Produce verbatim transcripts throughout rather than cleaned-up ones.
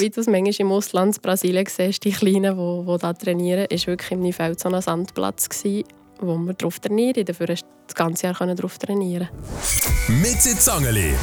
Wie du es manchmal im Ausland, in Brasilien siehst, die Kleinen, die, die da trainieren, war wirklich im Feld so ein Sandplatz, wo wir darauf trainieren. Dafür konnten wir das ganze Jahr darauf trainieren. Mit Zangeli.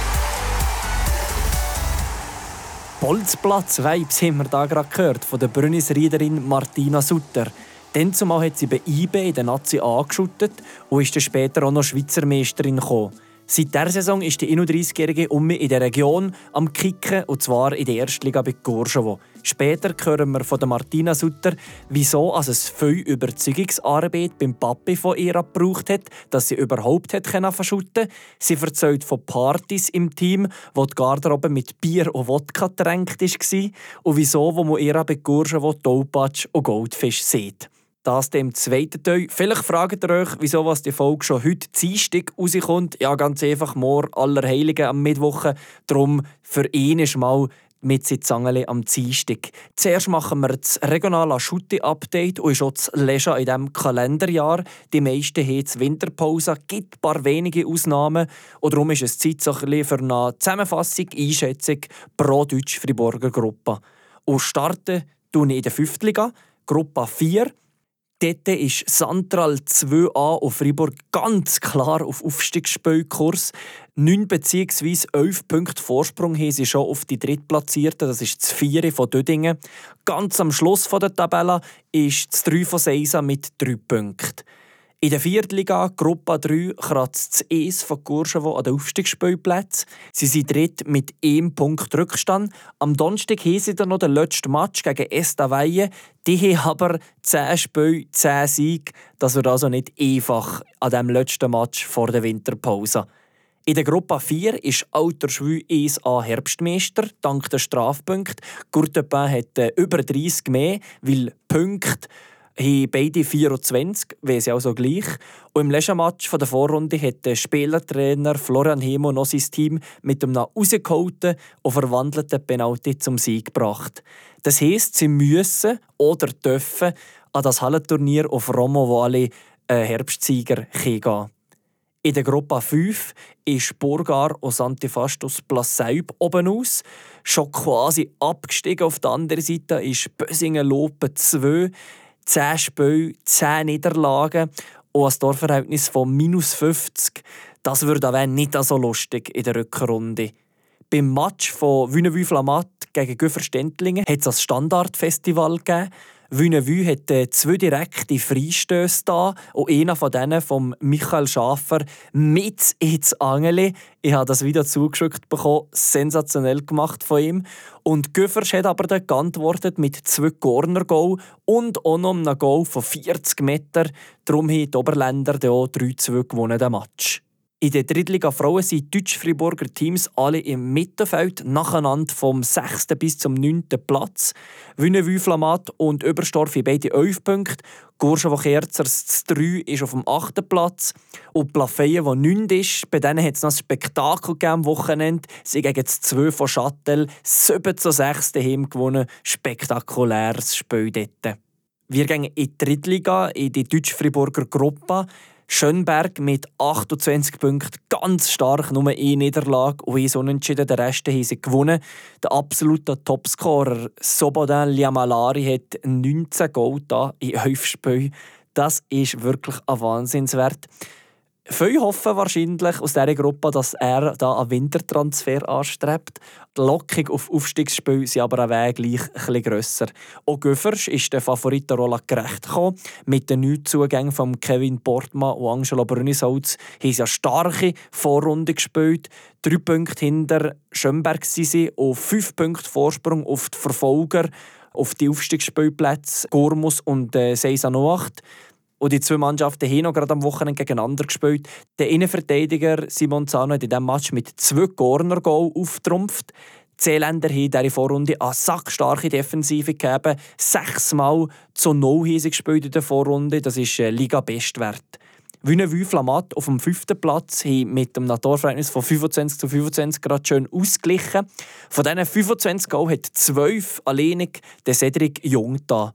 Bolzplatz-Vibes haben wir da gerade gehört von der Brünnisriederin Martina Sutter. Dann zumal hat sie bei I B in der Nazi angeschuttet und ist dann später auch noch Schweizer Meisterin gekommen. Seit dieser Saison ist die einunddreißigjährige Umi in der Region am Kicken, und zwar in der Erstliga bei Courchevo. Später hören wir von der Martina Sutter, wieso also es viel Überzeugungsarbeit beim Papi von ihr gebraucht hat, dass sie überhaupt hat verschutten. Sie erzählt von Partys im Team, wo die Garderobe mit Bier und Wodka getränkt war, und wieso, wo man ihr bei Courchevo Tollpatsch und Goldfisch sieht. Das dem zweiten Teil. Vielleicht fragt ihr euch, wieso was die Folge schon heute Dienstag rauskommt. Ja, ganz einfach, morgen Allerheiligen am Mittwoch. Darum für ihn ist mal mit Zangeli am Dienstag. Zuerst machen wir das regionale Schutti-Update und ist auch das Leisure in diesem Kalenderjahr. Die meisten haben die Winterpause. Es gibt ein paar wenige Ausnahmen. Und darum ist es Zeit so ein bisschen für eine Zusammenfassung, Einschätzung pro Deutsch-Friburger Gruppe. Und starten tue ich in der fünften Liga, Gruppe vier. Dort ist Santral zwei a und Fribourg ganz klar auf Aufstiegsspielkurs. neun bzw. elf Punkte Vorsprung haben sie schon auf die Drittplatzierten. Das ist das vier von Dödingen. Ganz am Schluss der Tabelle ist das drei von Seisa mit drei Punkten. In der vierten Liga, Gruppe drei, kratzt das eins von Courchevo an den Aufstiegsspielplätzen. Sie sind dritt mit einem Punkt Rückstand. Am Donnerstag haben sie dann noch den letzten Match gegen Estavayer. Die haben aber zehn Spiele, zehn Siege. Das wird also nicht einfach an diesem letzten Match vor der Winterpause. In der Gruppe vier ist Alter Schwü eins a Herbstmeister, dank der Strafpunkte. Courtepin hat äh, über dreißig mehr, weil Punkte haben beide vierundzwanzig, weil sie also gleich. Und im letzten Match der Vorrunde hat der Spielertrainer Florian Hemo noch sein Team mit einem rausgeholten und verwandelten Penalty zum Sieg gebracht. Das heisst, sie müssen oder dürfen an das Hallenturnier auf Romovale äh, Herbstsieger gehen. In der Gruppe fünf ist Burgar und Santifastus Plasseib oben aus. Schon quasi abgestiegen auf der anderen Seite ist Bösingen-Lopen zwei. zehn Spiele, zehn Niederlagen und ein Torverhältnis von minus fünfzig. Das würde aber nicht so lustig in der Rückrunde. Beim Match von Wünnewü-Flamatt gegen Güffer-Stendlingen hat es ein Standardfestival gegeben. Wünnewü hat zwei direkte Freistöße da und einer von denen von Michael Schafer mit ins Angeli. Ich habe das Video zugeschickt bekommen, sensationell gemacht von ihm. Und Güffers hat aber dann geantwortet mit zwei Corner-Goal und auch noch einem Goal von vierzig Metern. Darum haben die Oberländer auch drei zwei gewonnen, den Match. In der Drittliga Frauen sind die deutsch-Friburger Teams alle im Mittelfeld, nacheinander vom sechsten bis zum neunten Platz. Wünnewü, Flamatt und Oberstdorf haben beide elf Punkte. Courchevo-Kerzers das drei ist auf dem achten Platz. Und Plafeyen, der neun ist, bei denen hat es noch ein Spektakel am Wochenende. Sie gegen das zwei von Châtel sieben zu sechs daheim gewonnen. Spektakuläres Spiel dort. Wir gehen in die Drittliga, in die deutsch-Friburger Gruppe. Schönberg mit achtundzwanzig Punkten, ganz stark, nur eine Niederlage und ist unentschieden. Der Rest haben sie gewonnen. Der absolute Topscorer Sobodin Liamalari hat neunzehn Goal da in elf Spielen. Das ist wirklich ein Wahnsinnswert. Viele hoffen wahrscheinlich aus dieser Gruppe, dass er da einen Wintertransfer anstrebt. Die Lockung auf Aufstiegsspiel sind aber ein Weg gleich etwas grösser. Auch Güffers ist der Favoritenrolle gerecht gekommen. Mit den neuen Zugängen von Kevin Portmann und Angelo Brünnisholz haben sie eine starke Vorrunde gespielt. Drei Punkte hinter Schönberg sind sie und fünf Punkte Vorsprung auf die Verfolger, auf die Aufstiegsspielplätze Gormus und äh, Seisa Noacht. Und die zwei Mannschaften haben noch gerade am Wochenende gegeneinander gespielt. Der Innenverteidiger Simon Zano hat in diesem Match mit zwei Corner-Goal auftrumpft. Die Seeländer haben in dieser Vorrunde eine sackstarke Defensive gegeben. Sechsmal zu null haben sie gespielt in der Vorrunde. Das ist Liga-Bestwert. Wünnewü Flamatt auf dem fünften Platz haben mit einem Torverhältnis von fünfundzwanzig zu fünfundzwanzig gerade schön ausgeglichen. Von diesen fünfundzwanzig Goal hat zwölf alleinig der Cedric Jung da.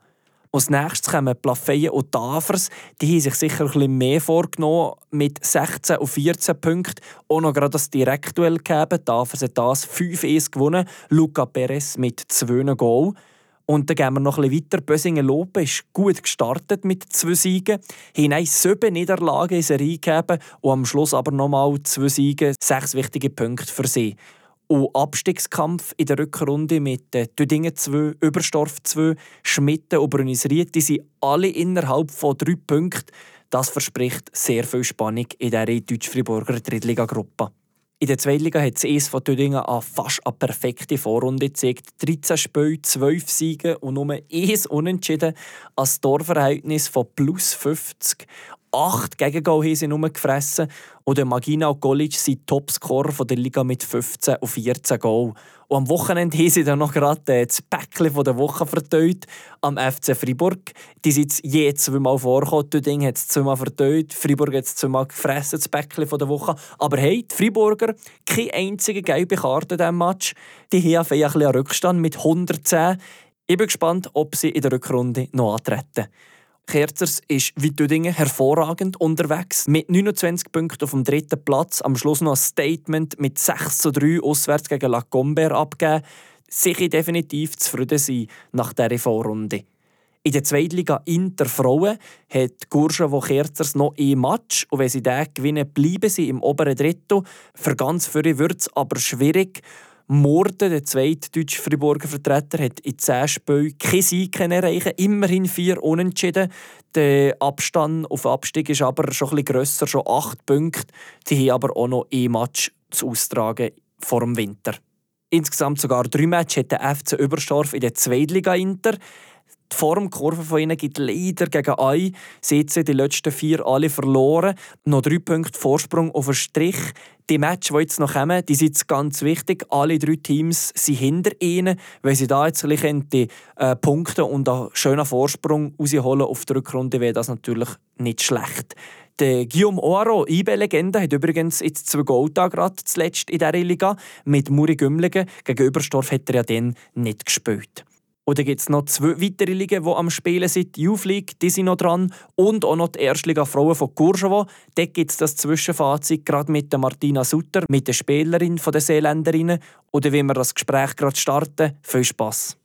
Als nächstes kommen Plafeyen und Tafers. Die haben sich sicher ein bisschen mehr vorgenommen mit sechzehn und vierzehn Punkten. Auch noch gerade das Direktduell gegeben. Tafers hat das fünf eins gewonnen. Luca Perez mit zwei Goal. Und dann gehen wir noch ein bisschen weiter. Bösingen-Lopen ist gut gestartet mit zwei Siegen. Hinein sieben Niederlagen in Serie gegeben und am Schluss aber nochmal zwei Siege, sechs wichtige Punkte für sie. Und Abstiegskampf in der Rückrunde mit äh, Düdingen zwei, Überstorf zwei, Schmitten und Brünnisried, die sind alle innerhalb von drei Punkten. Das verspricht sehr viel Spannung in dieser Deutsch-Friburger Drittliga-Gruppe. In der Zweitliga hat das E S von Düdingen an fast eine perfekte Vorrunde gezeigt. dreizehn Spiele, zwölf Siege und nur eins Unentschieden. Ein Torverhältnis von plus fünfzig. Acht Gegengol haben sie nur gefressen. Und der Magina und Golic sind Topscorer der Liga mit fünfzehn und vierzehn Goal. Und am Wochenende haben sie dann noch gerade das Päckchen der Woche verteilt am F C Freiburg. Die sind jetzt je zweimal vorgekommen. Düdingen hat es zweimal verteilt, Freiburg hat es zweimal gefressen, das Päckchen der Woche. Aber hey, die Freiburger, keine einzige gelbe Karte in diesem Match. Die haben ein bisschen einen Rückstand mit hundertzehn. Ich bin gespannt, ob sie in der Rückrunde noch antreten. Kerzers ist wie Düdingen hervorragend unterwegs. Mit neunundzwanzig Punkten auf dem dritten Platz. Am Schluss noch ein Statement mit sechs zu drei auswärts gegen La Comber abgeben. Sicher definitiv zufrieden sein nach dieser Vorrunde. In der Zweitliga Inter Frauen hat Courchevel Kerzers noch ein Match. Und wenn sie den gewinnen, bleiben sie im oberen Drittel. Für ganz viele wird es aber schwierig. Morden, der zweite deutsche Friburger Vertreter, hat in zehn Spielen keinen Sieg erreichen, immerhin vier Unentschieden. Der Abstand auf Abstieg ist aber schon etwas grösser, schon acht Punkte. Die haben aber auch noch ein Match zu austragen vor dem Winter. Insgesamt sogar drei Matches hat der F C Überstorf in der Zweitliga Inter. Die Formkurve von ihnen gibt leider gegen ein. Sie haben die letzten vier alle verloren. Noch drei Punkte Vorsprung auf den Strich. Die Matches, die jetzt noch kommen, die sind jetzt ganz wichtig. Alle drei Teams sind hinter ihnen. Wenn sie da jetzt die äh, Punkte und einen schönen Vorsprung rausholen auf die Rückrunde, wäre das natürlich nicht schlecht. Der Guillaume Oaro, I B-Legende, hat übrigens jetzt zwei Goaltage gerade zuletzt in dieser Liga. Mit Muri Gümligen gegen Überstorf hat er ja dann nicht gespielt. Und dann gibt es noch zwei weitere Ligen, die am Spielen sind. Die Youth League, die sind noch dran. Und auch noch die Erstliga Frauen von Courchevel. Dort gibt es das Zwischenfazit gerade mit der Martina Sutter, mit der Spielerin der Seeländerinnen. Und wie wir das Gespräch gerade starten, viel Spass.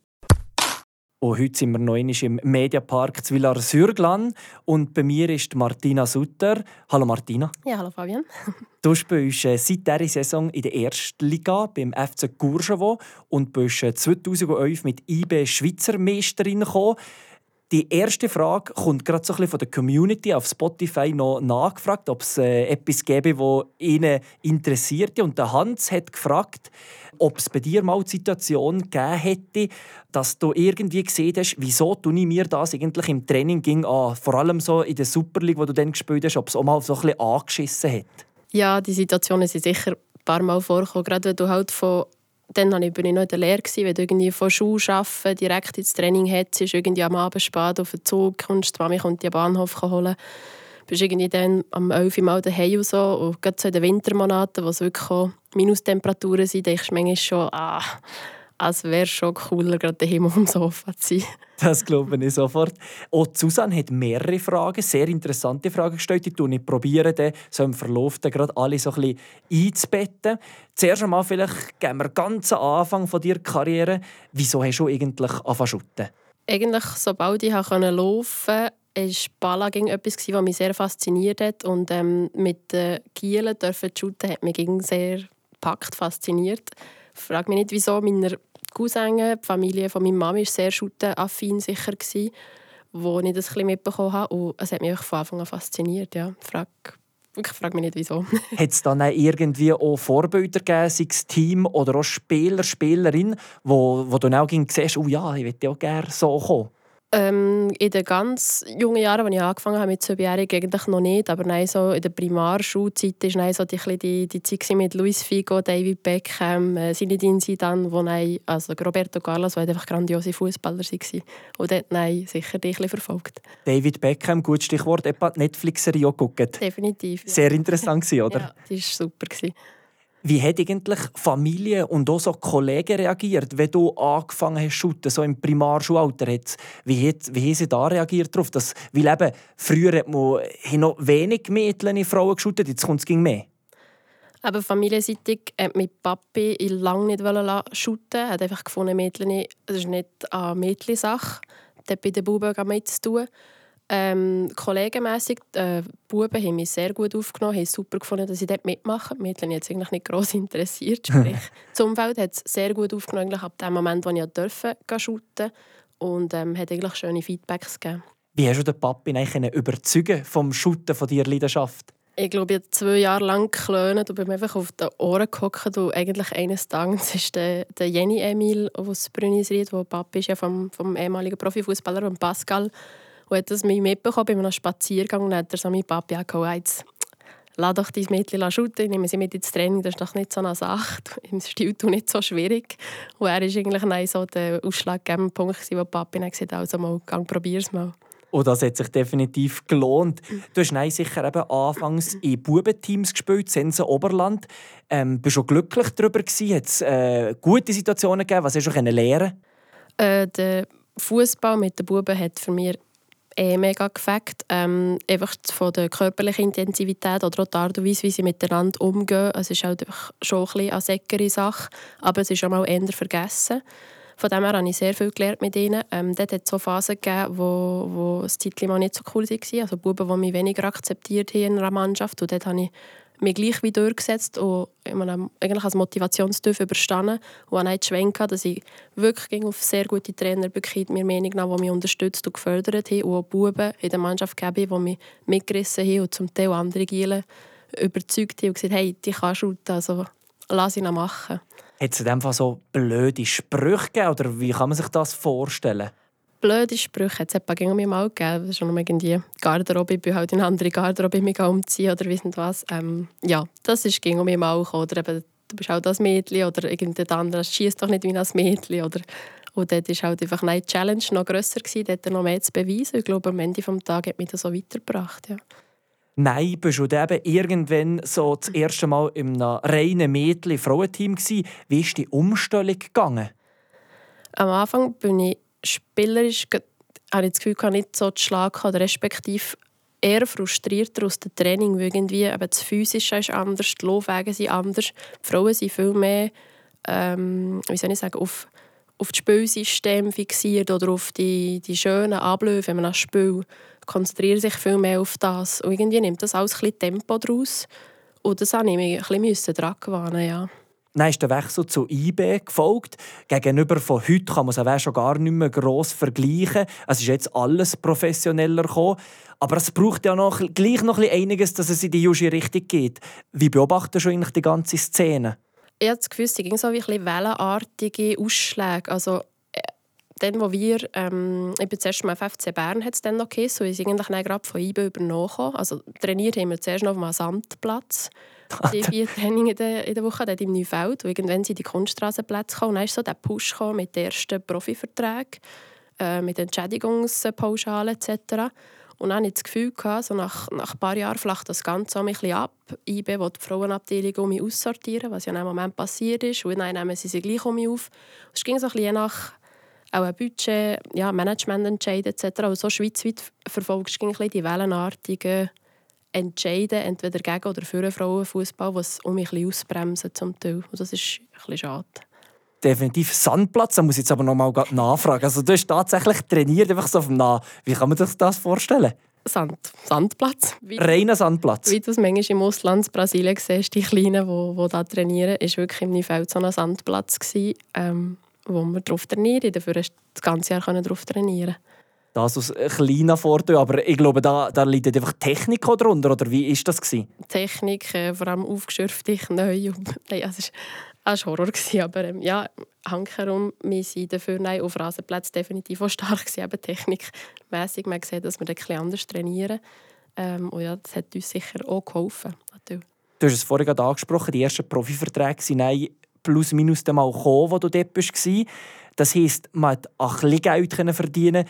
Und heute sind wir noch einmal im Mediapark zu Villars-sur-Glane. Und bei mir ist Martina Sutter. Hallo Martina. Ja, hallo Fabian. Du spielst äh, seit dieser Saison in der ersten Liga beim F C Courchevel und bist äh, zweitausendelf mit I B Schweizer Meisterin gekommen. Die erste Frage kommt gerade so ein bisschen von der Community auf Spotify noch nachgefragt, ob es äh, etwas gäbe, das ihnen interessiert. Und der Hans hat gefragt, ob es bei dir mal die Situation gegeben hätte, dass du irgendwie gesehen hast, wieso tue ich mir das eigentlich im Training ging an. Vor allem so in der Super League, wo du dann gespielt hast, ob es auch mal so ein bisschen angeschissen hat. Ja, die Situationen sind sicher ein paar Mal vorgekommen. Gerade wenn du halt von dann war ich noch in der Lehre, wenn du irgendwie von Schule arbeiten direkt ins Training hättest, irgendwie am Abend spät auf den Zug kommst, die Mami kommt dich am Bahnhof holen. Du bist irgendwie dann am elf Uhr mal daheim und so. Und gerade so in den Wintermonaten, wo es wirklich auch Minustemperaturen sind, denkst du manchmal schon, ah, es wäre schon cooler, gerade daheim auf dem Sofa zu sein. Das glaube ich sofort. Auch Susanne hat mehrere Fragen, sehr interessante Fragen gestellt. Ich probiere dann so im Verlauf gerade alle so ein bisschen einzubetten. Zuerst einmal vielleicht gehen wir ganz am Anfang von deiner Karriere. Wieso hast du eigentlich angefangen zu shooten? Eigentlich, sobald ich laufen konnte, war Ballaging etwas, was mich sehr fasziniert hat. Und ähm, mit den Kielen zu shooten hat mich sehr gepackt, fasziniert. Ich frage mich nicht, wieso. Meine Cousine, die Familie von meiner Mama war sehr shooten-affin sicher, wo ich das ein bisschen mitbekommen habe. Und es hat mich von Anfang an fasziniert. Ja. Ich frage, ich frage mich nicht, wieso. Hat es dann irgendwie auch Vorbilder gegeben, sei es Team oder auch Spieler, Spielerin, wo, wo du dann auch siehst, oh ja, ich möchte auch gerne so kommen? Ähm, in den ganz jungen Jahren, als ich angefangen habe mit Zwölfjährigen, eigentlich noch nicht. Aber nein, so in der Primarschulzeit war so die, die, die Zeit mit Luis Figo, David Beckham, äh, Zinedine Zidane, wo nein, also Roberto Carlos, die einfach grandiose Fußballer waren. Und dort nein, sicher die ein verfolgt. David Beckham, gutes Stichwort, etwa die Netflix-Serie auch geguckt. Definitiv. Ja. Sehr interessant, oder? Ja, das war super. Wie hat eigentlich Familie und auch so Kollegen reagiert, wenn du angefangen hast zu shooten, so im Primarschulalter? Wie, hat, wie haben sie da reagiert darauf? Dass, weil eben, früher hat man noch wenig Mädchen in Frauen geshootet, jetzt kommt es mehr. Aber familienseitig wollte mein Papi ihn lange nicht shooten. Er hat einfach gefunden, Mädchen, das ist nicht eine Mädchensache, dort bei den Buben mitzutun. Ähm, kollegenmässig, die äh, Buben haben mich sehr gut aufgenommen, haben super gefunden, dass ich dort mitmache. Die Mädchen hat es eigentlich nicht gross interessiert. Sprich, das Umfeld hat es sehr gut aufgenommen, eigentlich ab dem Moment, wo ich durfte shooten und ähm, hat eigentlich schöne Feedbacks gegeben. Wie hast du den Papi eigentlich überzeugen vom Shooten von deiner Leidenschaft? Ich glaube, ich habe zwei Jahre lang geklönt und bin einfach auf den Ohren gehockt. Und eigentlich eines Tages ist der, der Jenny Emil aus Brünnisried, der Papi ist ja vom, vom ehemaligen Profifußballer und Pascal, und hat das mich mitbekommen bei einem Spaziergang. Und dann hat er so mein Papi auch gesagt, jetzt lass doch dein Mädchen shooten, nehmen sie mit ins Training, das ist doch nicht so eine Sache, im Stil nicht so schwierig. Und er war eigentlich so der ausschlaggebende Punkt, wo Papi dann gesagt hat, also mal, gang, probier's mal. Und das hat sich definitiv gelohnt. Du hast nein, sicher eben anfangs in Bubenteams gespielt, Sense Oberland. Ähm, bist du glücklich darüber gewesen? Hat es äh, gute Situationen gegeben? Was hast du lernen? Äh, der Fußball mit den Buben hat für mich eh mega gefällt. Ähm, einfach von der körperlichen Intensivität oder auch die Art und Weise, wie sie miteinander umgehen. Es ist halt einfach schon ein bisschen eine säckere Sache, aber es ist auch mal eher vergessen. Von dem her habe ich sehr viel gelernt mit ihnen. Ähm, dort hat es so Phasen gegeben, wo, wo das Zeitchen mal nicht so cool war. Also Buben, die mich weniger akzeptiert haben in einer Mannschaft. Und dort habe ich mich gleich wieder durchgesetzt und eigentlich als Motivationstief überstanden. Und habe nicht schwenken, dass ich wirklich auf sehr gute Trainer bekam, mir Meinung nach, die mich unterstützt und gefördert haben. Und auch Buben in der Mannschaft gegeben, die mich mitgerissen haben und zum Teil andere Gielen überzeugt haben und gesagt, hey, die kannst du, also lass ihn machen. Hat es in dem Fall so blöde Sprüche gegeben, oder wie kann man sich das vorstellen? Blöde Sprüche hat es etwa gegen mich mal gegeben. Das ist schon irgendwie Garderobe, ich bin halt in eine andere Garderobe mich umziehen oder weiss nicht was. Ähm, ja, das ist gegen mich mal gekommen. Oder eben, du bist halt das Mädchen oder irgendein anderes schießt doch nicht wie ein Mädchen. Oder, und dort war halt einfach eine Challenge noch grösser gewesen, dort noch mehr zu beweisen. Ich glaube, am Ende des Tages hat mich das so weitergebracht. Ja. Nein, bist du eben irgendwann so das erste Mal in einem reinen Mädchen-Frauenteam gsi. Wie ist die Umstellung gegangen? Am Anfang bin ich spielerisch, habe ich das Gefühl, nicht so zu schlagen oder respektive eher frustrierter aus dem Training, weil irgendwie eben das Physische ist anders, die Laufwege sind anders. Die Frauen sind viel mehr, ähm, wie soll ich sagen, auf, auf das Spielsystem fixiert oder auf die, die schönen Abläufe, wenn man das Spiel konzentriert sich viel mehr auf das. Und irgendwie nimmt das alles ein bisschen Tempo daraus. Und das musste ich mich ein bisschen daran gewöhnen, ja. Dann ist der Wechsel zu I B gefolgt. Gegenüber von heute kann man es schon gar nicht mehr gross vergleichen. Es ist jetzt alles professioneller gekommen. Aber es braucht ja noch, gleich noch einiges, dass es in die jusche Richtung geht. Wie beobachtest du eigentlich die ganze Szene? Ich habe das Gefühl, es ging so wie ein bisschen wellenartige Ausschläge. Also, dann, wo wir, ähm, ich bin zuerst mal F F C Bern, hat es dann noch geheißen, und ich bin eigentlich gerade von I B übernommen. Also trainiert haben wir zuerst noch auf einem Sandplatz. Die vier Training in der, in der Woche, dort im Neufeld. Und irgendwann sind die Kunststraßenplätze gekommen. Und dann ist so der Push mit den ersten Profiverträgen, äh, mit Entschädigungspauschalen et cetera. Und dann hatte ich das Gefühl, so nach, nach ein paar Jahren flacht das Ganze ein bisschen ab. I B will die Frauenabteilung um mich aussortieren, was ja in einem Moment passiert ist. Und dann nehmen sie sich gleich um mich auf. Es ging so ein bisschen nach auch ein Budget, ja, Managemententscheid et cetera. Und so schweizweit verfolgst du die wellenartigen Entscheide, entweder gegen oder für den Frauenfußball, was um mich ein bisschen ausbremsen zum Teil. Und das ist ein bisschen schade. Definitiv Sandplatz, da muss ich jetzt aber noch mal nachfragen. Also du hast tatsächlich trainiert, einfach so auf dem Nah. Wie kann man sich das vorstellen? Sand, Sandplatz. Wie, Reiner Sandplatz. Wie du es manchmal im Ausland, Brasilien siehst, die Kleinen, die, die da trainieren, war wirklich im Neufeld so ein Sandplatz gewesen, ähm, wo wir drauf trainieren. Dafür hast du das ganze Jahr drauf trainieren. Das aus kleinen Vorteil, aber ich glaube, da, da liegt einfach Technik darunter, oder wie war das? Technik, äh, vor allem aufgeschürfte Knie. Nein, es war ein Horror, aber ähm, ja, hankerum, wir sind dafür nein, auf Rasenplätzen definitiv auch stark gewesen, aber technikmässig. Man sieht, dass wir ein bisschen anders trainieren. Ähm, und ja, das hat uns sicher auch geholfen. Natürlich. Du hast es vorhin gerade angesprochen, die ersten Profiverträge sind nein, plus minus mal gekommen, wo du dort warst. Das heisst, man konnte ein bisschen Geld verdienen.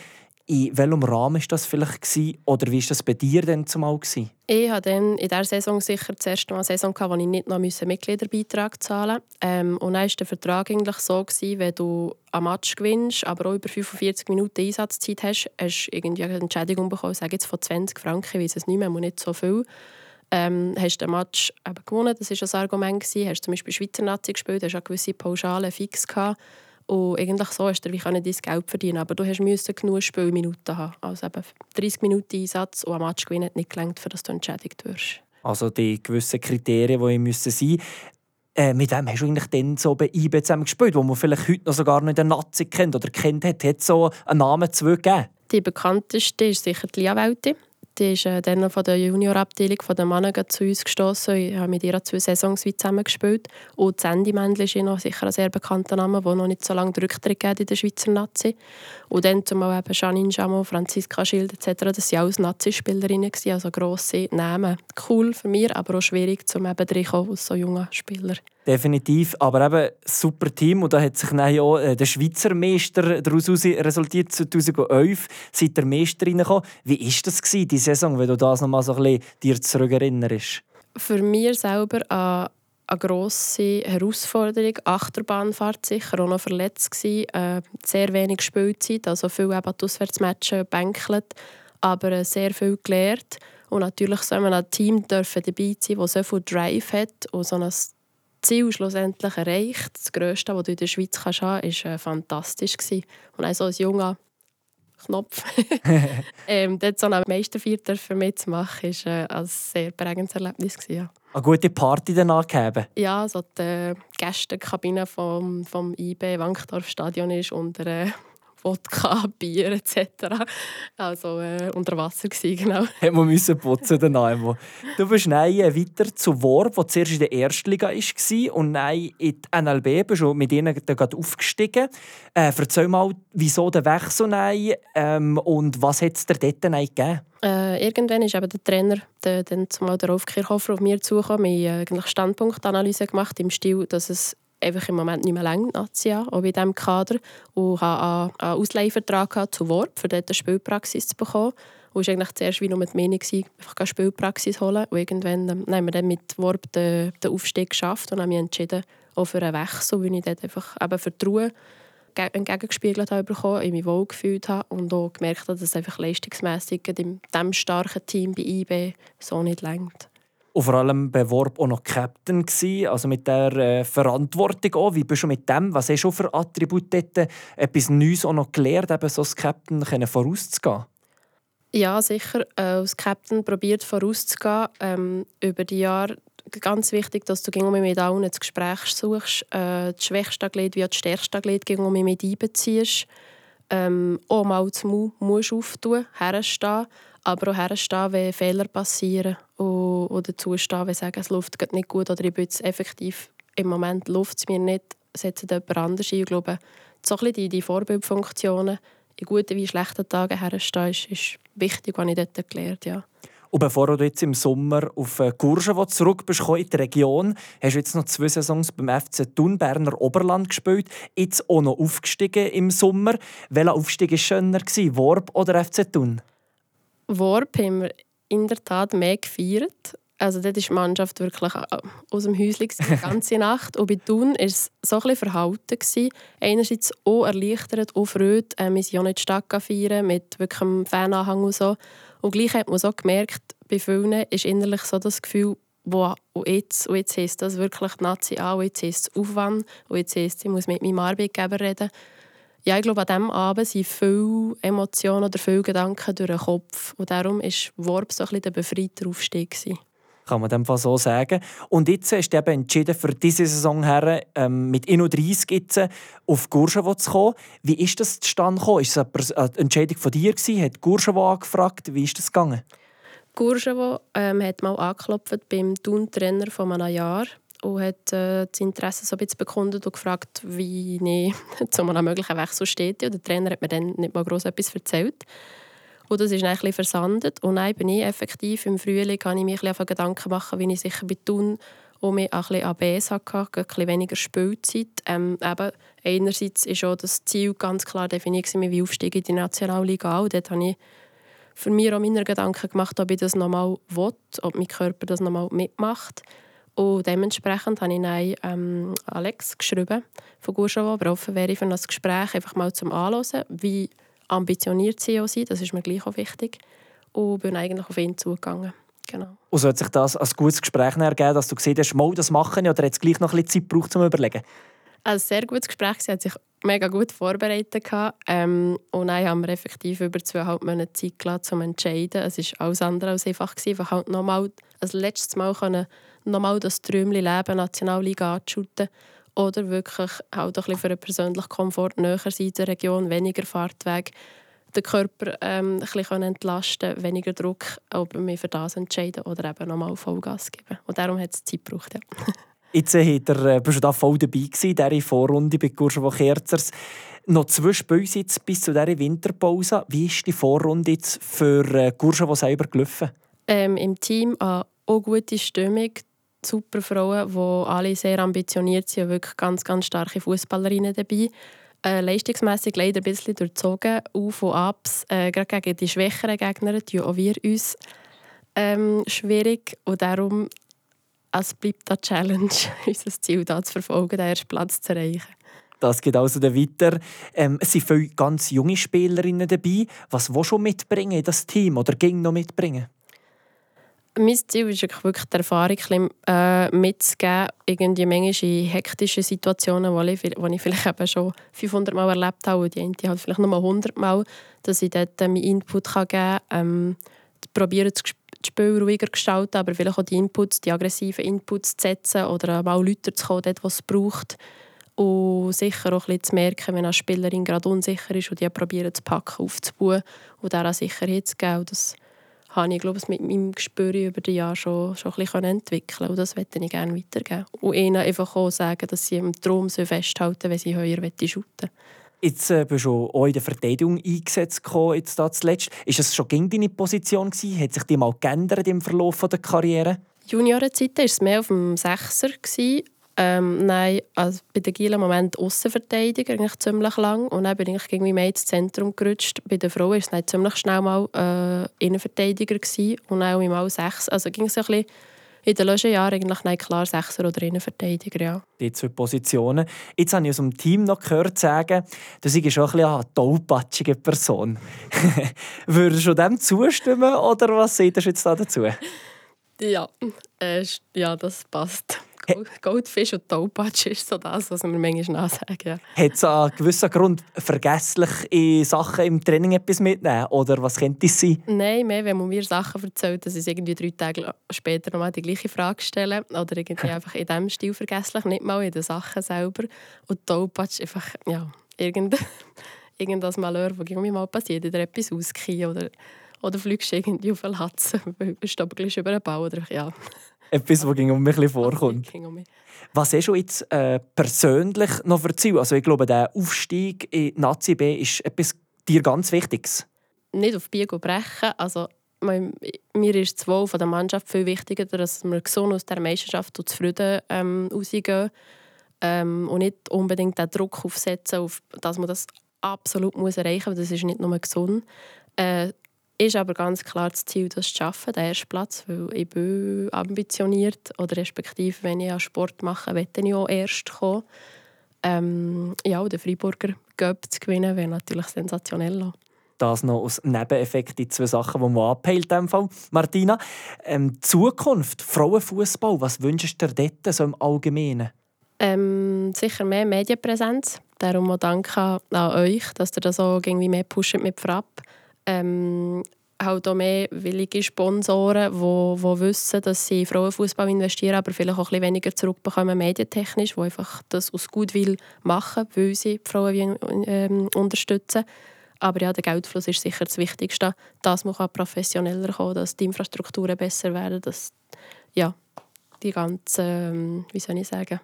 In welchem Rahmen war das vielleicht gewesen, oder wie war das bei dir denn zumal gewesen? Ich hatte dann in dieser Saison sicher das erste Mal eine Saison, wo ich nicht noch einen Mitgliederbeitrag zahlen musste. Ähm, und dann war der Vertrag eigentlich so, gewesen, wenn du einen Match gewinnst, aber auch über fünfundvierzig Minuten Einsatzzeit hast, hast du irgendwie eine Entschädigung bekommen, ich sage jetzt von zwanzig Franken, ich weiss es nicht mehr, aber nicht so viel. Ähm, hast du den Match eben gewonnen, das war ein Argument gewesen. Hast du zum Beispiel Schweizer Nazi gespielt, hast du eine gewisse Pauschale fix gehabt. Und eigentlich so hast du wie dein Geld verdienen, aber du musst genug Spielminuten haben. Also eben dreißig Minuten Einsatz und ein Match gewinnen hat nicht gelangt, für dass du entschädigt wirst. Also die gewissen Kriterien, die sein müssen. Äh, mit wem hast du eigentlich dann so bei I B zusammen gespielt, wo man vielleicht heute noch sogar nicht den Nazi kennt oder kennt hat? Hat es so einen Namen zu gegeben? Die bekannteste ist sicher die Lia Welti. Die ist äh, dann von der Juniorabteilung der Männer zu uns gestossen. Ich habe mit ihr zwei Saisons zusammen gespielt. Und Sandy Mendel ist noch sicher ein sehr bekannter Name, der noch nicht so lange den Rücktritt gegeben in der Schweizer Nazi. Und dann zumal eben Janine Jamot, Franziska Schild et cetera. Das waren alles Nazi-Spielerinnen, also grosse Namen. Cool für mich, aber auch schwierig, um eben reinzukommen als so junger Spieler. Definitiv, aber eben ein super Team. Und da hat sich dann auch äh, der Schweizer Meister daraus resultiert. zweitausendelf seid ihr Meister reingekommen. Wie war das gewesen, die Saison, wenn du das noch mal so ein bisschen dir zurückerinnerst? Für mich selber eine, eine grosse Herausforderung. Achterbahnfahrt sicher, auch noch verletzt gewesen. Äh, sehr wenig Spielzeit, also viel eben die Auswärtsmatches gebänkelt, aber äh, sehr viel gelernt. Und natürlich soll man ein Team dürfen dabei sein, das so viel Drive hat und so ein Ziel schlussendlich erreicht. Das Grösste, was du in der Schweiz haben kannst, war äh, fantastisch. Und auch so als junger Knopf ähm, dort so eine Meisterfeier mitzumachen, war äh, ein sehr prägendes Erlebnis. Ja. Eine gute Party danach gegeben? Ja, so die Gästekabine vom, vom I B Wankdorf-Stadion ist unter äh, Wodka, Bier et cetera. Also äh, unter Wasser gsi, genau. Hat man müssen putzen danach. Du bist dann weiter zu Worb, der zuerst in der Erstliga war und dann in die N L B bist und mit ihnen gerade aufgestiegen. Äh, erzähl mal, wieso der Wechsel ähm, und was hat es dir dort gegeben? Äh, irgendwann ist eben der Trainer, der, dann zumal der Rolf Kirchhofer, auf mir zugekommen. Wir haben eigentlich Standpunktanalyse gemacht im Stil, dass es einfach im Moment nicht mehr reicht, Nazia, auch bei diesem Kader. Und hatte einen Ausleihvertrag zu Worb, um dort eine Spielpraxis zu bekommen. Und es war eigentlich zuerst wie nur die Meinung, einfach eine Spielpraxis holen. Und irgendwann ähm, haben wir dann mit Worb den, den Aufstieg geschafft und haben mich entschieden, auch für einen Wechsel, weil ich dort einfach eben Vertrauen entgegengespiegelt habe, ich mich wohl gefühlt habe und auch gemerkt habe, dass es einfach leistungsmässig in diesem starken Team bei I B so nicht reicht. Und vor allem bei Worb auch noch Captain gsi, also mit der äh, Verantwortung auch. Wie bist du mit dem? Was hast du für Attribute dort? Etwas Neues auch noch gelernt, eben so als Captain vorauszugehen? Ja, sicher. Äh, als Captain probiert vorauszugehen. Ähm, über die Jahre ganz wichtig, dass du gegen mich mit allen das Gespräch suchst. Äh, das schwächste Glied wie auch das stärkste Glied gegen mich mit einbeziehst. Ähm, auch mal das Mund musst auftun, herstehen. Aber auch herstehen, wenn Fehler passieren. Und, oder zustehen, wenn sagen, es läuft nicht gut oder ich bin jetzt effektiv im Moment läuft es mir nicht, setzt jemand anders ein. Ich glaube, so ein bisschen die, die Vorbildfunktionen in guten wie in schlechten Tagen herstehen, ist, ist wichtig, was ich dort gelernt habe. Ja. Und bevor du jetzt im Sommer auf Courchevel zurück bist in die Region, hast du jetzt noch zwei Saisons beim F C Thun Berner Oberland gespielt, jetzt auch noch aufgestiegen im Sommer. Welcher Aufstieg war schöner, Worb oder F C Thun? Worb haben wir in der Tat mehr gefeiert. Also dort ist die Mannschaft wirklich aus dem Häuschen die ganze Nacht. Und bei Thun war es so ein bisschen verhalten. Einerseits auch erleichtert, auch Freude. Äh, wir sind auch nicht die Stadt feiern mit wirklich einem Fananhang und so. Und gleich hat man so gemerkt, bei vielen ist innerlich so das Gefühl, wow, und jetzt, und jetzt heisst das wirklich Nazi an, und jetzt heisst es Aufwand, und jetzt heisst es, ich muss mit meinem Arbeitgeber reden. Ja, ich glaube, an diesem Abend sind viele Emotionen oder viele Gedanken durch den Kopf. Und darum war Worb so ein bisschen der befreite Aufstieg. Kann man dem Fall so sagen. Und jetzt hast du eben entschieden, für diese Saison her, ähm, mit einunddreissig jetzt auf Courchevel zu kommen. Wie ist das zustande gekommen? Ist es eine Entscheidung von dir gewesen? Hat Courchevel angefragt? Wie ist das gegangen? Courchevel ähm, hat mal angeklopft beim Thun-Trainer von einem Jahr und hat äh, das Interesse so ein bisschen bekundet und gefragt, wie ich zu einem möglichen Wechsel steht. Und der Trainer hat mir dann nicht mal gross etwas erzählt. Und das ist dann ein bisschen versandet. Und dann bin ich effektiv im Frühling, habe ich mich ein bisschen Gedanken machen, wie ich sicher bei Thun und mich auch ein bisschen A B S hatte, ein bisschen weniger Spielzeit. Ähm, eben, einerseits war auch das Ziel ganz klar definiert, wie aufsteige in die Nationalliga an. Und dort habe ich für mich auch meine Gedanken gemacht, ob ich das nochmal will, ob mein Körper das nochmal mitmacht. Und dementsprechend habe ich dann, ähm, Alex geschrieben von Gurschau, aber offen wäre ich für das Gespräch einfach mal zum Anhören, wie ambitioniert sie auch sind, das ist mir gleich auch wichtig. Und bin eigentlich auf ihn zugegangen. Genau. Und so hat sich das als gutes Gespräch ergeben, dass du gesehen hast, mal das machen, oder hat es gleich noch ein bisschen Zeit gebraucht, zum Überlegen? Ein sehr gutes Gespräch. Sie hat sich mega gut vorbereitet. Ähm, und dann haben wir effektiv über zweieinhalb Monate Zeit gelassen, um zu entscheiden. Es war alles andere als einfach. Einfach halt nochmal, ein letztes Mal können, nochmal das Träumchen leben, Nationalliga anzuschuten. Oder wirklich halt ein bisschen für einen persönlichen Komfort näher sein in der Region, weniger Fahrtweg, den Körper ähm, ein bisschen entlasten, weniger Druck, ob wir mich für das entscheiden oder eben nochmal Vollgas geben. Und darum hat es Zeit gebraucht, ja. Jetzt äh, er, bist du da voll dabei gewesen, in dieser Vorrunde bei Gurschau Kerzers. Noch zwei Spiele jetzt bis zu dieser Winterpause. Wie ist die Vorrunde jetzt für äh, Gurschau selber gelaufen? Ähm, Im Team eine auch gute Stimmung, super Frauen, die alle sehr ambitioniert sind, wirklich ganz, ganz starke Fußballerinnen dabei. Äh, leistungsmässig leider ein bisschen durchzogen, Auf- und Abs. Äh, gerade gegen die schwächeren Gegner tun auch wir uns ähm, schwierig. Und darum es bleibt eine Challenge, unser Ziel da zu verfolgen, den ersten Platz zu erreichen. Das geht also weiter. Ähm, es sind viele ganz junge Spielerinnen dabei. Was willst du mitbringen in das Team oder ging noch mitbringen? Mein Ziel ist wirklich die Erfahrung äh, mitzugeben, irgendwie manchmal in hektischen Situationen, wo ich, wo ich vielleicht eben schon fünfhundert Mal erlebt habe und die eine halt vielleicht nur hundert Mal, dass ich dort äh, meinen Input geben kann, ähm, probieren das Spiel ruhiger gestalten, aber vielleicht auch die Inputs, die aggressiven Inputs zu setzen oder mal lauter zu kommen, dort, wo es braucht. Und sicher auch ein bisschen zu merken, wenn eine Spielerin gerade unsicher ist und die probieren zu packen, aufzubauen und der auch Sicherheit zu geben. Das habe ich, glaube ich, mit meinem Gespür über die Jahre schon, schon ein bisschen entwickeln. Und das möchte ich gerne weitergeben. Und ihnen einfach auch sagen, dass sie im Traum festhalten sollen, wenn sie höher shooten wollen. Jetzt äh, bist du auch in der Verteidigung eingesetzt gekommen, jetzt da zuletzt. Ist es schon gegen deine Position gewesen? Hat sich die mal geändert im Verlauf der Karriere? Juniorenzeiten war es mehr auf dem Sechser. Ähm, nein, also bei den Gielen im Moment Aussenverteidiger, eigentlich ziemlich lang. Und dann bin ich irgendwie mehr ins Zentrum gerutscht. Bei den Frauen war es dann ziemlich schnell mal äh, Innenverteidiger gewesen. Und dann auch mal Sechs. Also ging es ein bisschen in den letzten Jahren eigentlich nein, klar Sechser oder Innenverteidiger, ja. Die zwei Positionen. Jetzt habe ich aus dem Team noch gehört sagen, du seist schon ein bisschen eine tollpatschige Person. Würdest du dem zustimmen oder was sagst du jetzt da dazu? Ja, äh, ja, das passt. Goldfisch und Taupatsch ist so das, was wir manchmal nachsagen. Ja. Hat es einen gewissen Grund, vergessliche Sachen im Training etwas mitnehmen? Oder was könnte es sein? Nein, mehr, wenn man mir Sachen erzählt, dass ich irgendwie drei Tage später nochmal die gleiche Frage stelle. Oder irgendwie einfach in diesem Stil vergesslich, nicht mal in den Sachen selber. Und Taupatsch einfach, ja, irgend, irgendwas Malheur, das irgendwie mal passiert, oder etwas ausgehen oder, oder fliegst irgendwie auf den Latz, stoppelst über den Bau oder ja. Etwas, das um mich ein bisschen vorkommt. Was hast du jetzt äh, persönlich noch für Ziel? Also ich glaube, der Aufstieg in Nazi B ist etwas dir ganz Wichtiges. Nicht auf Biegen und Brechen. Also, mir ist das Wohl der Mannschaft viel wichtiger, dass wir gesund aus der Meisterschaft und zufrieden ähm, rausgehen. Ähm, und nicht unbedingt den Druck aufsetzen, auf, dass man das absolut muss erreichen muss. Das ist nicht nur gesund. Äh, ist aber ganz klar das Ziel, das zu schaffen, den ersten Platz, weil ich bin ambitioniert oder respektive, wenn ich Sport mache, möchte ich auch erst kommen. Ähm, ja, den Freiburger Cup zu gewinnen, wäre natürlich sensationell. Das noch als Nebeneffekt, die zwei Sachen, die man abhält. In dem Fall. Martina, ähm, Zukunft, Frauenfußball, was wünschst du dir dort so im Allgemeinen? Ähm, sicher mehr Medienpräsenz. Darum auch danke an euch, dass ihr das auch irgendwie mehr pusht mit Frapp. Ähm, halt auch mehr willige Sponsoren, die, die wissen, dass sie in Frauenfußball investieren, aber vielleicht auch ein bisschen weniger zurückbekommen medientechnisch, die einfach das aus Gutwill machen, weil sie die Frauen ähm, unterstützen. Aber ja, der Geldfluss ist sicher das Wichtigste, dass man professioneller kommen, dass die Infrastrukturen besser werden, dass ja, die ganzen, wie soll ich sagen,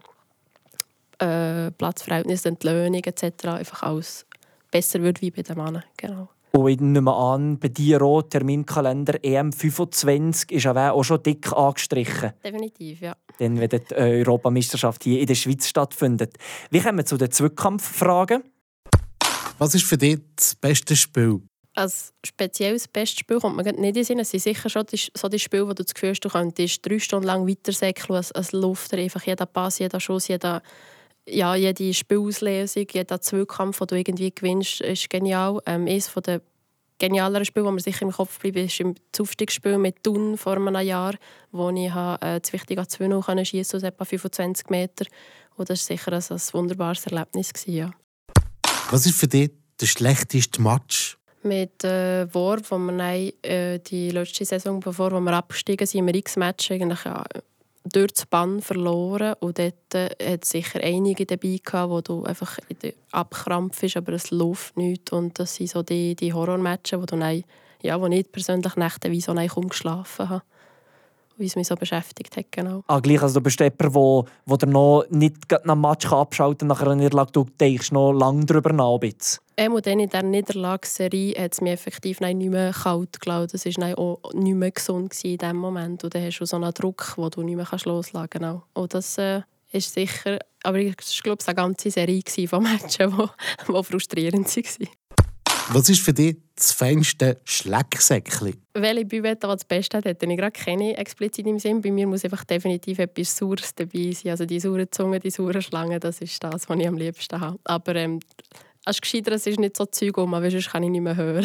äh, Platzverhältnisse, Entlöhnung et cetera einfach alles besser wird wie bei den Männern. Genau. Und ich nehme an, bei dir auch Terminkalender E M fünfundzwanzig ist auch schon dick angestrichen. Definitiv, ja. Dann, wenn die Europameisterschaft hier in der Schweiz stattfindet. Wir kommen zu den Zweikampffragen. Was ist für dich das beste Spiel? Als spezielles bestes Spiel kommt man nicht in den Sinn. Es sind sicher schon die, so die Spiele, wo du das Gefühl hast, du könntest drei Stunden lang weitersäckeln als, als Luft. Einfach jeder Pass, jeder Schuss, jeder, ja, jede Spielauslesung, jeder Zweikampf, den du irgendwie gewinnst, ist genial. Ähm, eines der genialeren Spiele, das mir sicher im Kopf bleibt, ist das Aufstiegsspiel mit Thun vor einem Jahr, wo ich äh, das wichtige zwei null schiessen aus etwa fünfundzwanzig Meter. Und das war sicher ein, ein wunderbares Erlebnis. Ja. Was ist für dich der schlechteste Match? Mit äh, Worf, wo wir dann, äh, die letzte Saison, bevor wir abgestiegen sind, haben wir X-Match eigentlich ja, durch das Bann verloren. Und dort äh, hat es sicher einige dabei gehabt, wo du einfach abkrampfst, aber es läuft nichts. Und das sind so die, die Horror-Matches, wo, du dann, ja, wo ich persönlich nächteweise so kaum geschlafen habe. Wie es mich so beschäftigt hat, genau. Ah, gleich, also du bist jemand, der wo, wo der nicht nach dem Match abschalten kann, nach einer Niederlage, du denkst noch lange darüber nach. Ähm, und dann in dieser Niederlagsserie hat es mich effektiv nicht mehr kalt gelassen. Das war auch nicht mehr gesund in diesem Moment. Und dann hast du so einen Druck, den du nicht mehr loslassen kannst. Genau. Und das äh, ist sicher, aber ich glaube, es war eine ganze Serie von Matchen, die, die frustrierend waren. Was ist für dich das feinste Schlecksäckchen? Welche Büwette, die das Beste hat, hätte ich gerade keine explizit im Sinn. Bei mir muss einfach definitiv etwas Saures dabei sein. Also die saure Zunge, die saure Schlange, das ist das, was ich am liebsten habe. Aber ähm, als gescheiter, es ist nicht so Zeug um, aber sonst kann ich nicht mehr hören.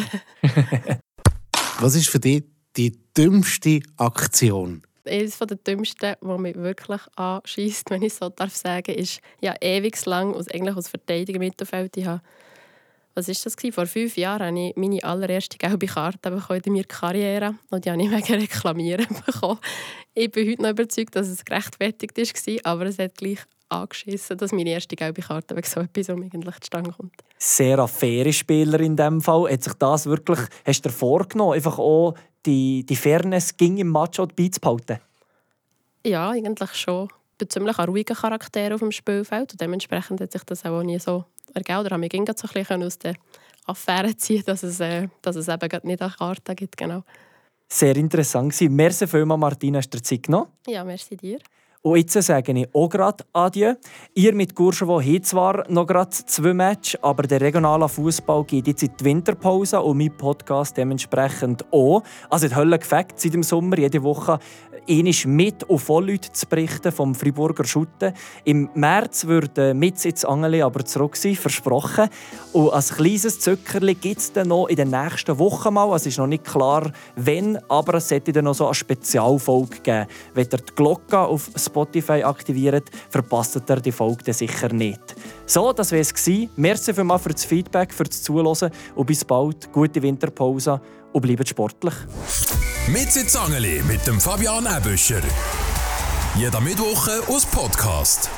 Was ist für dich die dümmste Aktion? Eines der dümmsten, die mich wirklich anschießt, wenn ich so darf sagen, ist ja ewig lang aus, eigentlich aus Verteidiger Mittelfeld. Ich habe Was war das? Vor fünf Jahren habe ich meine allererste gelbe Karte bekommen in meiner Karriere. Und die habe ich wegen Reklamieren bekommen. Ich bin heute noch überzeugt, dass es gerechtfertigt war, aber es hat gleich angeschissen, dass meine erste gelbe Karte wegen so etwas eigentlich zustande kommt. Sehr eine faire Spieler in diesem Fall. Hat sich das wirklich, hast du dir vorgenommen, einfach auch die, die Fairness ging im Match beizubehalten? Ja, eigentlich schon. Ich bin ziemlich ein ruhiger Charakter auf dem Spielfeld und dementsprechend hat sich das auch nie so ergeben. Oder habe ich ging so ein bisschen aus der Affäre ziehen, dass es, äh, dass es eben nicht eine Karte gibt. Genau. Sehr interessant gewesen. Merci vielmals, Martina, hast du dir Zeit genommen? Ja, merci dir. Und jetzt sage ich auch gerade Adieu. Ihr mit Courchevel habt zwar noch gerade zwei Matches, aber der regionale Fußball geht jetzt in die Winterpause und mein Podcast dementsprechend auch. Also die Hölle gefällt seit dem Sommer jede Woche einmal mit und voll Leute zu berichten vom Freiburger Schutten. Im März würde mit ins Angeli aber zurück sein, versprochen. Und als kleines Zückerli gibt es dann noch in den nächsten Wochen mal, es ist noch nicht klar, wann, aber es sollte dann noch so eine Spezialfolge geben. Wenn ihr die Glocke auf Spotify aktiviert, verpasst ihr die Folge dann sicher nicht. So, das war es. Merci vielmals für das Feedback, für das Zuhören und bis bald. Gute Winterpause und bleibt sportlich. Mit ins Angeli mit dem Fabian Ebüscher. Jeder Mittwoch aus Podcast.